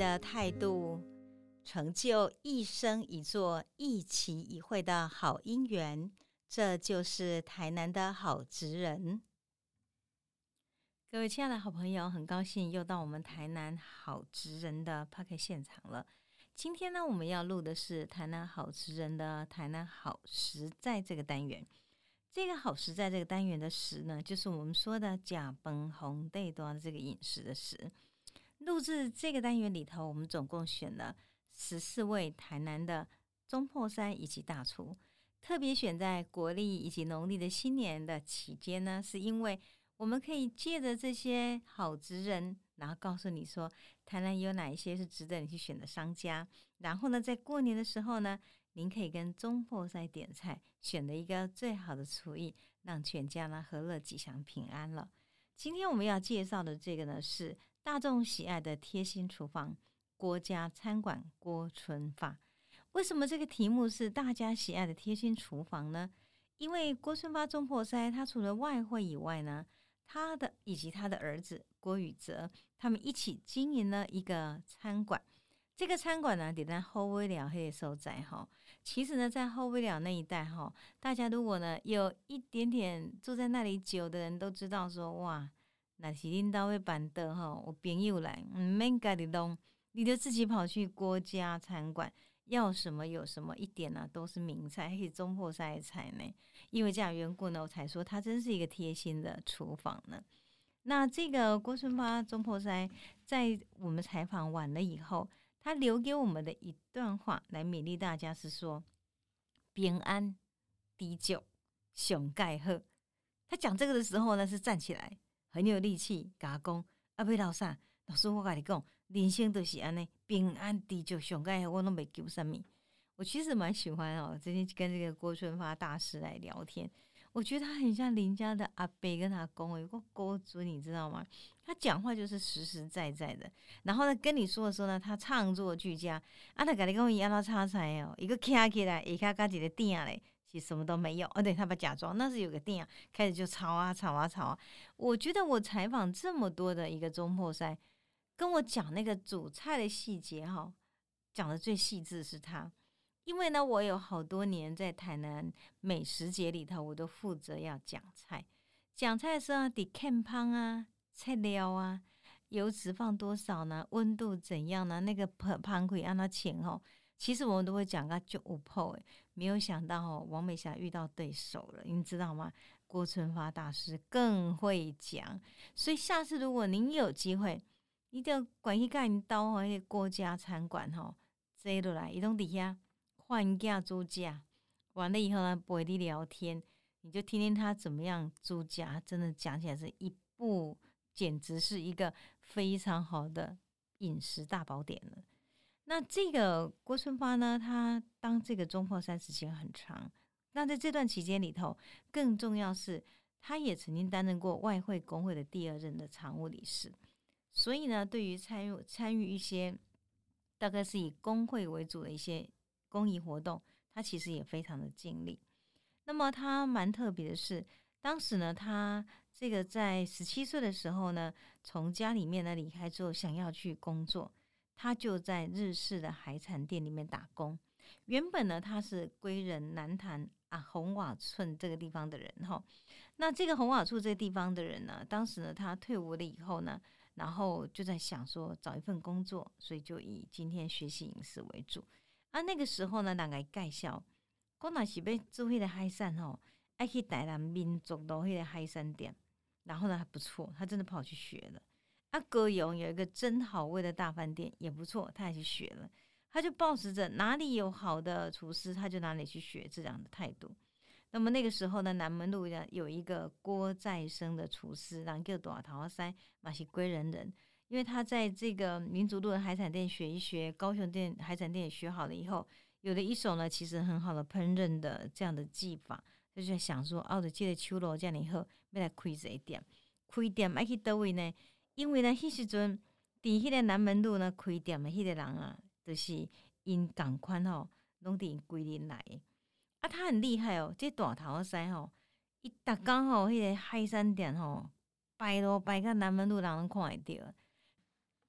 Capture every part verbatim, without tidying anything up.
的态度，成就一生一座一期一会的好姻缘，这就是台南的好职人。各位亲爱的好朋友，很高兴又到我们台南好职人的 Podcast 现场了。今天呢，我们要录的是台南好职人的台南好实在这个单元。这个好实在这个单元的实呢，就是我们说的甲崩红地多的这个饮食的食。录制这个单元里头，我们总共选了十四位台南的中破塞以及大厨，特别选在国历以及农历的新年的期间呢，是因为我们可以借着这些好职人，然后告诉你说台南有哪一些是值得你去选的商家，然后呢，在过年的时候呢，您可以跟中破塞点菜，选了一个最好的厨艺，让全家呢和乐吉祥平安了。今天我们要介绍的这个呢，是大众喜爱的贴心厨房郭家餐馆郭春发。为什么这个题目是大家喜爱的贴心厨房呢？因为郭春发中破塞他除了外汇以外呢，他的以及他的儿子郭宇哲，他们一起经营了一个餐馆。这个餐馆呢，在后尾寮那个所在哈。其实呢，在后尾寮那一带哈，大家如果呢有一点点住在那里久的人都知道说，哇，那是领导会办的哈，我朋友来，唔免家己弄，你就自己跑去郭家餐馆，要什么有什么，一点呢、啊、都是名菜，还是中破塞的菜呢。因为这样缘故呢，我才说他真是一个贴心的厨房呢。那这个郭春发中破塞，在我们采访完了以后，他留给我们的一段话来勉励大家是说：平安、低酒、熊盖贺。他讲这个的时候呢，是站起来，很有力气，甲我讲：啊，要老啥？老师，我跟你讲，人生都是安尼，平安、低酒、熊盖贺，我都没求什么。我其实蛮喜欢哦，最近跟这个郭春发大师来聊天。我觉得他很像邻家的阿伯跟他公有个郭尊，你知道吗？他讲话就是实实在在的，然后呢跟你说的时候呢，他唱作俱佳。啊，他跟你讲伊安怎炒菜哦，一个站起来，下骹加一个鼎嘞，其实什么都没有。哦，对，他把假装那是有个鼎，开始就炒啊炒啊炒啊。我觉得我采访这么多的一个中破塞，跟我讲那个煮菜的细节哈，讲的最细致是他。因为呢，我有好多年在台南美食节里头，我都负责要讲菜。讲菜的时候，得看汤啊、菜料啊、油脂放多少呢？温度怎样呢？那个汤可以让它浅哦。其实我们都会讲个就五泡诶，没有想到哦，王美霞遇到对手了，你知道吗？郭春发大师更会讲，所以下次如果您有机会，一定要管去干刀哦，那个郭家餐馆吼，坐落来，移动底下。换价租价完了以后呢，陪你聊天，你就听听他怎么样租价，真的讲起来是一部，简直是一个非常好的饮食大宝典了。那这个郭春发呢，他当这个中破塞时间很长，那在这段期间里头，更重要是，他也曾经担任过外汇工会的第二任的常务理事，所以呢，对于参与参与一些大概是以工会为主的一些公益活动，他其实也非常的尽力。那么他蛮特别的是，当时呢，他这个在十七岁的时候呢，从家里面呢离开之后，想要去工作，他就在日式的海产店里面打工。原本呢，他是归仁南坛啊红瓦村这个地方的人哈。那这个红瓦处这个地方的人呢，当时呢，他退伍了以后呢，然后就在想说找一份工作，所以就以今天学习饮食为主。啊，那个时候呢，人家介绍，讲若是要做迄个海产吼，爱去台南民族路迄个海产店，然后呢还不错，他真的跑去学了。啊，高雄有一个真好味的大饭店也不错，他也去学了。他就抱持着哪里有好的厨师，他就哪里去学这样的态度。那么那个时候呢，南门路有一个郭再生的厨师，人叫大头塞，嘛是归仁人。因为他在这个民族路的海产店学一学，高雄店海产店也学好了以后，有了一手呢，其实很好的烹饪的这样的技法，就在想说，哦，就这个手路这样以后要来开这一店，开店要去倒位呢？因为呢，迄时阵伫迄个南门路呢开店的迄个人啊，就是因同款吼，拢伫因规年来的。啊，他很厉害哦，这大头塞吼，伊逐工吼，迄个海产店吼，摆咯摆到南门路人拢看会到。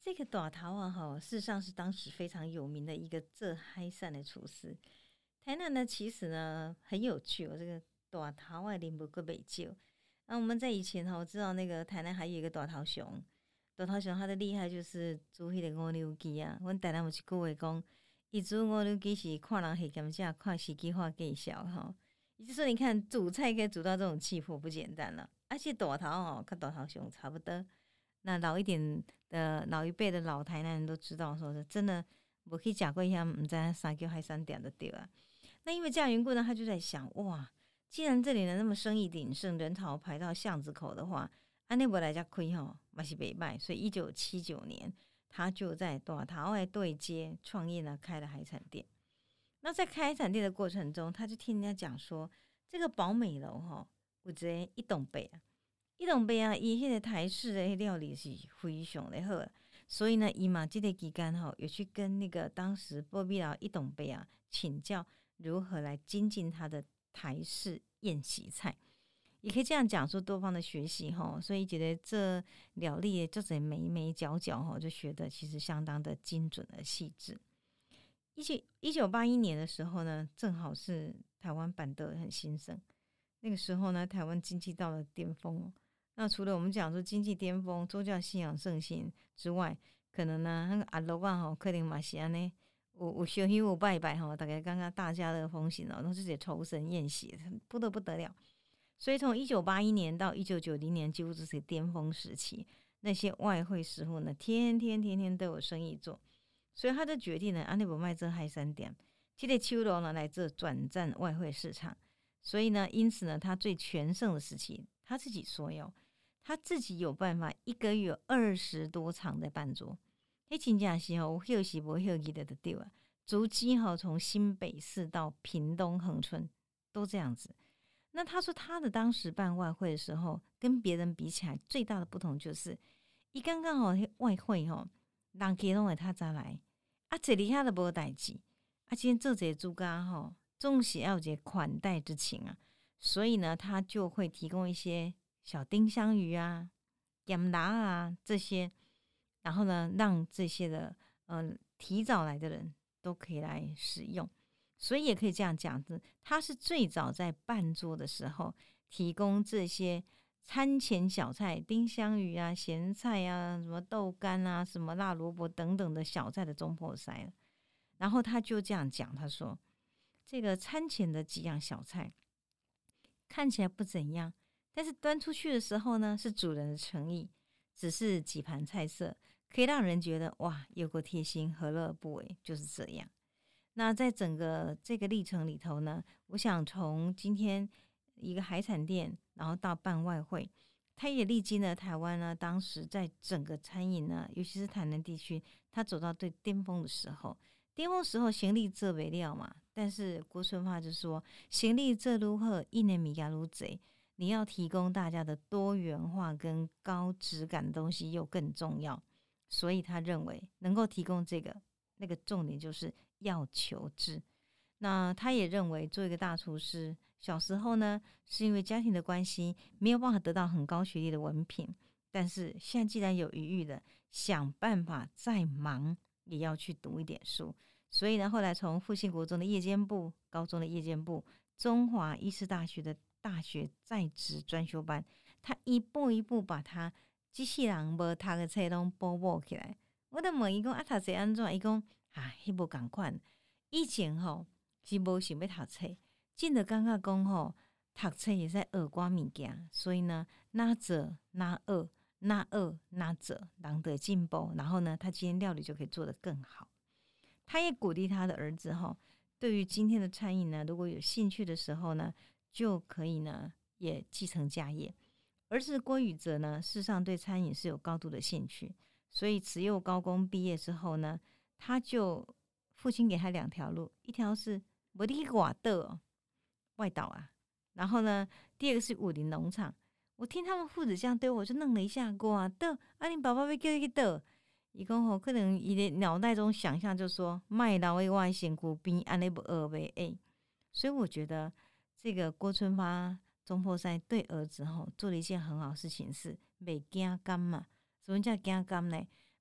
这个大头啊，哈，事实上是当时非常有名的一个做海产的厨师。台南呢，其实呢很有趣哦，这个大头啊，林不个美酒。那我们在以前哈，我知道那个台南还有一个大头熊，大头熊它的厉害就是煮迄个五柳鸡啊。阮台南有一句话讲，伊煮五柳鸡是看人黑甘蔗，看司机话计小哈。也就是说，你看煮菜可以煮到这种气魄，不简单了。而且大头哦，跟大头熊差不多。那老一点的老一辈的老台南人都知道，说是真的，我可以讲过一下，唔知三叫还三点的对啊。那因为这样缘故呢，他就在想，哇，既然这里人那么生意鼎盛，人潮排到巷子口的话，安内伯来家亏吼，嘛是北卖，所以一九七九年，他就在大头的对街创业呢，开了海产店。那在开海产店的过程中，他就听人家讲说，这个宝美楼哈，有一个一栋北啊。一栋杯啊，伊迄个台式的料理是非常的好，所以呢，伊嘛这个期间吼，有去跟那个当时波比劳一栋杯啊请教如何来精进他的台式宴席菜，也可以这样讲说多方的学习吼，所以觉得这料理的这些眉眉角角吼，就学的其实相当的精准而细致。一九一九八一年的时候呢，正好是台湾板豆很兴盛，那个时候呢，台湾经济到了巅峰。那除了我们讲说经济巅峰、宗教信仰盛行之外，可能呢，那个阿罗啊吼，可能嘛是安尼，有有烧香有拜拜吼，大概刚刚大家的风行哦，都是些酬神宴席，不得不得了。所以从一九八一年到一九九零年，几乎就是巅峰时期。那些外汇师傅呢，天天天天都有生意做，所以他就决定呢，安尼不卖这海产店，这个秋楼呢来这转战外汇市场。所以呢，因此呢，他最全盛的时期，他自己说哟。他自己有办法，一个月有二十多场的办桌，迄真正是吼，有时无休息的就对了。足迹哈，从新北市到屏东恒春都这样子。那他说他的当时办外汇的时候，跟别人比起来，最大的不同就是，伊刚刚好外汇吼，人家拢会他早来，啊，这里下都无代志，啊，今天做这主家吼，总是要有一个款待之情啊，所以呢，他就会提供一些。小丁香鱼啊、盐辣啊这些，然后呢，让这些的嗯、呃、提早来的人都可以来使用，所以也可以这样讲子，他是最早在办桌的时候提供这些餐前小菜、丁香鱼啊、咸菜啊、什么豆干啊、什么辣萝卜等等的小菜的中破塞。然后他就这样讲，他说这个餐前的几样小菜看起来不怎样。但是端出去的时候呢，是主人的诚意，只是几盘菜色，可以让人觉得哇，有够贴心，何乐而不为？就是这样。那在整个这个历程里头呢，我想从今天一个海产店，然后到办外汇，它也历经了台湾呢，当时在整个餐饮呢，尤其是台南地区，它走到最巅峰的时候。巅峰时候行李做不了嘛，但是郭春发就说，行李做如何，一年米加如贼。你要提供大家的多元化跟高质感的东西又更重要，所以他认为能够提供这个，那个重点就是要求知。那他也认为做一个大厨师，小时候呢是因为家庭的关系没有办法得到很高学历的文凭，但是现在既然有余裕的，想办法再忙也要去读一点书。所以呢，后来从复兴国中的夜间部、高中的夜间部、中华医师大学的大学在职专修班，他一步一步把他机器人无读的册拢补补起来。我就问伊讲啊，读册安怎？伊讲啊，迄无共款。以前吼是无想要读册，真的感觉讲吼，读册也在学寡物件，所以呢，哪做哪学，哪学哪做，人的进步。然后呢，他今天料理就可以做得更好。他也鼓励他的儿子吼，对于今天的餐饮呢，如果有兴趣的时候呢。就可以呢，也继承家业。儿子郭宇哲呢，事实上对餐饮是有高度的兴趣，所以慈幼高工毕业之后呢，他就父亲给他两条路，一条是不离瓦的外岛啊，然后呢，第二个是武林农场。我听他们父子这样对我，就愣了一下，瓦的啊，你爸爸要叫你去倒？伊讲吼，可能伊的脑袋中想象就说，卖老的外身躯边安尼不学袂诶，所以我觉得。这个郭春发中破塞对儿子吼做了一件很好的事情，是袂惊甘嘛？什么叫惊甘呢？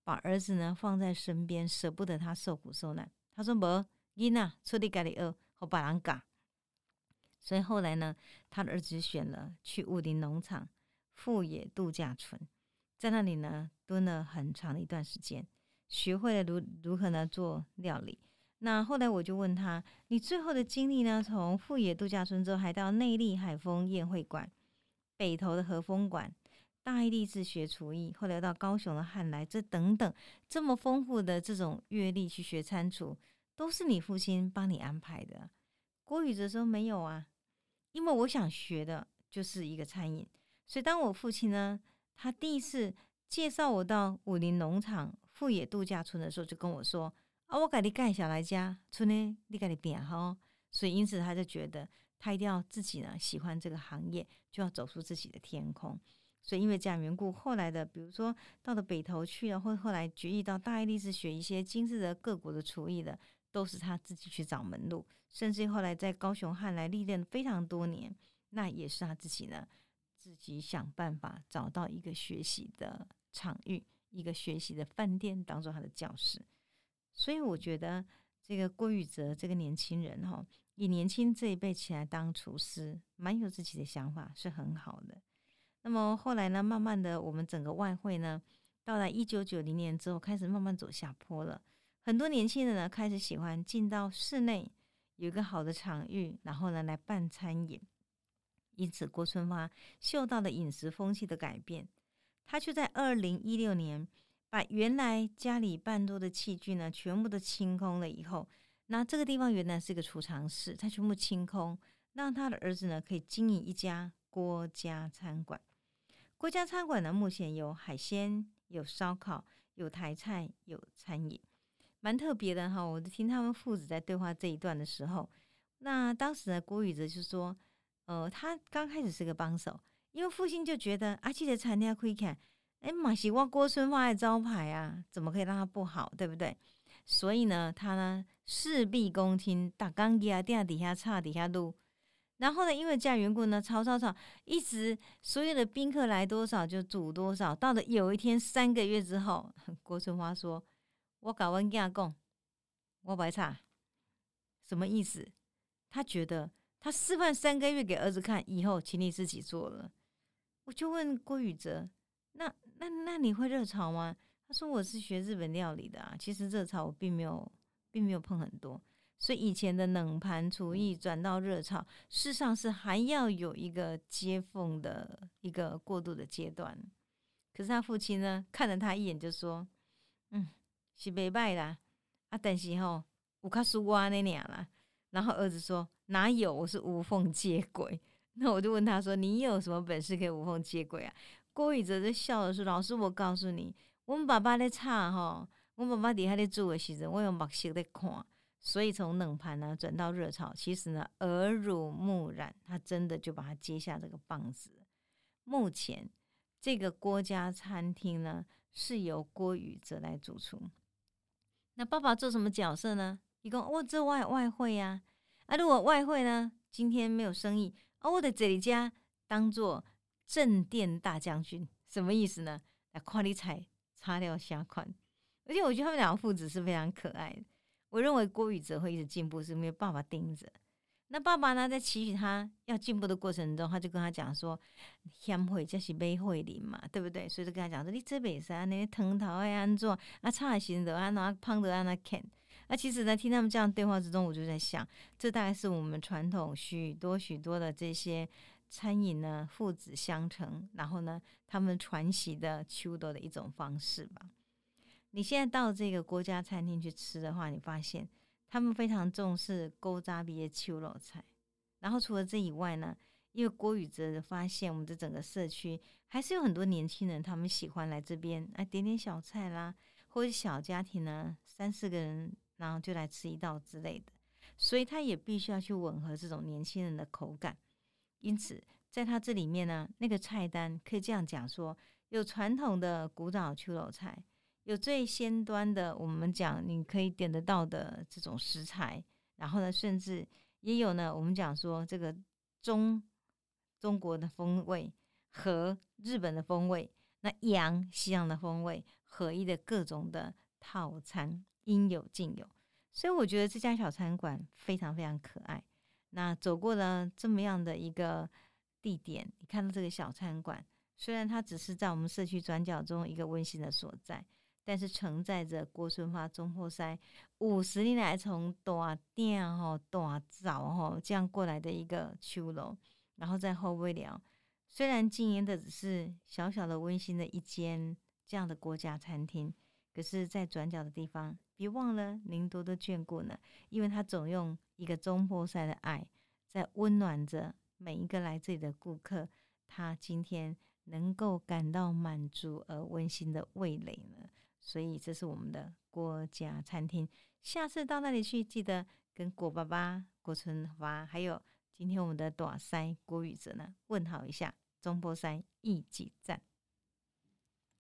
把儿子呢放在身边，舍不得他受苦受难。他说：“无，囡仔出去家里学，和别人教。”所以后来呢，他的儿子选了去武林农场富野度假村，在那里呢蹲了很长的一段时间，学会了如如何呢做料理。那后来我就问他，你最后的经历呢？从富野度假村之后，还到内坜海丰宴会馆、北投的和风馆、大义励志学厨艺，后来到高雄的汉来，这等等这么丰富的这种阅历去学餐厨，都是你父亲帮你安排的。郭宇哲说没有啊，因为我想学的就是一个餐饮，所以当我父亲呢，他第一次介绍我到武林农场富野度假村的时候，就跟我说：“啊，我给你介绍来家村呢，你给你变哈。”所以因此他就觉得他一定要自己呢喜欢这个行业，就要走出自己的天空。所以因为这样缘故，后来的比如说到了北投去了，或后来决意到大义励志学一些精致的各国的厨艺的，都是他自己去找门路。甚至后来在高雄汉来历练非常多年，那也是他自己呢自己想办法找到一个学习的场域，一个学习的饭店当做他的教室。所以我觉得这个郭宇哲这个年轻人哈，以年轻这一辈起来当厨师，蛮有自己的想法，是很好的。那么后来呢，慢慢的我们整个外汇呢，到了一九九零年之后，开始慢慢走下坡了。很多年轻人呢，开始喜欢进到室内，有一个好的场域，然后呢来办餐饮。因此，郭春发嗅到了饮食风气的改变，他就在二零一六年把原来家里办桌的器具呢，全部都清空了以后，那这个地方原来是个储藏室，他全部清空，让他的儿子呢可以经营一家郭家餐馆。郭家餐馆呢，目前有海鲜、有烧烤、有台菜、有餐饮，蛮特别的哈。我听他们父子在对话这一段的时候，那当时呢，郭宇哲就说，呃，他刚开始是个帮手，因为父亲就觉得啊，这个餐厅开起来，哎，嘛是我郭春发的招牌啊，怎么可以让他不好，对不对？所以呢，他呢事必躬亲，打钢牙店底下叉底下路。然后呢，因为这样缘故呢，炒炒炒，一直所有的宾客来多少就煮多少。到了有一天三个月之后，郭春花说：“我搞阮囝讲，我白炒，什么意思？他觉得他示范三个月给儿子看，以后请你自己做了。”我就问郭宇哲：“那那那你会热炒吗？”他说：“我是学日本料理的啊，其实热炒我并没有，并没有碰很多。”所以以前的冷盘厨艺转到热炒，事实上是还要有一个接缝的一个过渡的阶段。可是他父亲呢，看了他一眼就说：“嗯，是袂歹啦，啊，但是吼有较输我那样啦。”然后儿子说：“哪有？我是无缝接轨。”那我就问他说：“你有什么本事可以无缝接轨啊？”郭宇哲就笑着说：“老师，我告诉你，我们爸爸在炒吼，我爸爸底下在煮的时阵，我用目睭在看。”所以从冷盘呢转到热炒，其实呢耳濡目染，他真的就把他接下这个棒子。目前这个郭家餐厅呢是由郭宇哲来主厨。那爸爸做什么角色呢？一共我这外外汇啊，啊如果外汇呢今天没有生意，啊我的这里家当做镇店大将军，什么意思呢？来看你菜差料下款，而且我觉得他们两个父子是非常可爱的。我认为郭宇哲会一直进步，是因为爸爸盯着。那爸爸呢，在期许他要进步的过程中，他就跟他讲说：“贤惠就是买惠林嘛，对不对？”所以就跟他讲说：“你这袂使安尼汤头要安怎啊，炒的时阵就安怎，胖的安怎啃。”那其实呢，听他们这样对话之中，我就在想，这大概是我们传统许多许多的这些餐饮呢，父子相承，然后呢，他们传习的秋斗的一种方式吧。你现在到这个郭家餐厅去吃的话，你发现他们非常重视勾扎比的秋肉菜。然后除了这以外呢，因为郭宇哲发现我们的整个社区还是有很多年轻人，他们喜欢来这边哎点点小菜啦，或者小家庭呢三四个人，然后就来吃一道之类的，所以他也必须要去吻合这种年轻人的口感。因此在他这里面呢，那个菜单可以这样讲说，有传统的古早秋肉菜，有最先端的，我们讲你可以点得到的这种食材，然后呢，甚至也有呢，我们讲说这个中中国的风味和日本的风味，那洋西洋的风味合一的各种的套餐，应有尽有。所以我觉得这家小餐馆非常非常可爱。那走过了这么样的一个地点，你看到这个小餐馆，虽然它只是在我们社区转角中一个温馨的所在，但是承载着郭春华中破塞五十年来从大店吼、大早吼这样过来的一个秋楼，然后在后尾寮，虽然经营的只是小小的温馨的一间这样的国家餐厅，可是，在转角的地方，别忘了您多的眷顾呢，因为他总用一个中破塞的爱，在温暖着每一个来这里的顾客，他今天能够感到满足而温馨的味蕾呢。所以，这是我们的郭家餐厅。下次到那里去，记得跟郭爸爸、郭春华，还有今天我们的大塞郭宇哲呢问好一下，中破塞一起赞。